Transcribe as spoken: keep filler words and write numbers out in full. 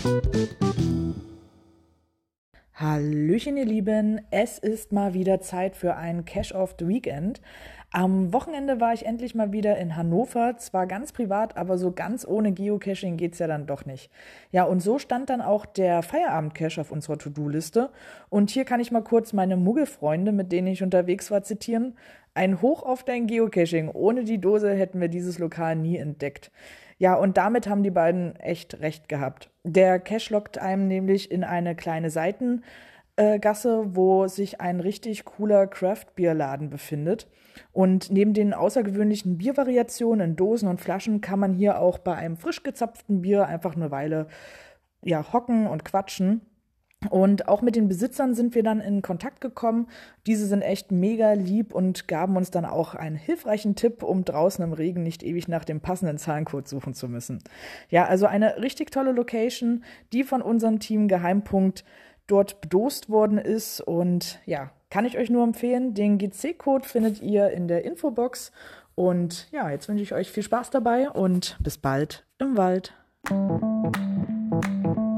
Hallöchen, ihr Lieben, es ist mal wieder Zeit für ein Cash of the Weekend. Am Wochenende war ich endlich mal wieder in Hannover, zwar ganz privat, aber so ganz ohne Geocaching geht's ja dann doch nicht. Ja, und so stand dann auch der Feierabend-Cache auf unserer To-Do-Liste. Und hier kann ich mal kurz meine Muggelfreunde, mit denen ich unterwegs war, zitieren. Ein Hoch auf dein Geocaching. Ohne die Dose hätten wir dieses Lokal nie entdeckt. Ja, und damit haben die beiden echt recht gehabt. Der Cache lockt einem nämlich in eine kleine Seitengasse, wo sich ein richtig cooler Craft-Bier-Laden befindet. Und neben den außergewöhnlichen Biervariationen in Dosen und Flaschen kann man hier auch bei einem frisch gezapften Bier einfach eine Weile ja, hocken und quatschen. Und auch mit den Besitzern sind wir dann in Kontakt gekommen. Diese sind echt mega lieb und gaben uns dann auch einen hilfreichen Tipp, um draußen im Regen nicht ewig nach dem passenden Zahlencode suchen zu müssen. Ja, also eine richtig tolle Location, die von unserem Team Geheimpunkt dort bedost worden ist. Und ja, kann ich euch nur empfehlen. Den G C-Code findet ihr in der Infobox. Und ja, jetzt wünsche ich euch viel Spaß dabei und bis bald im Wald.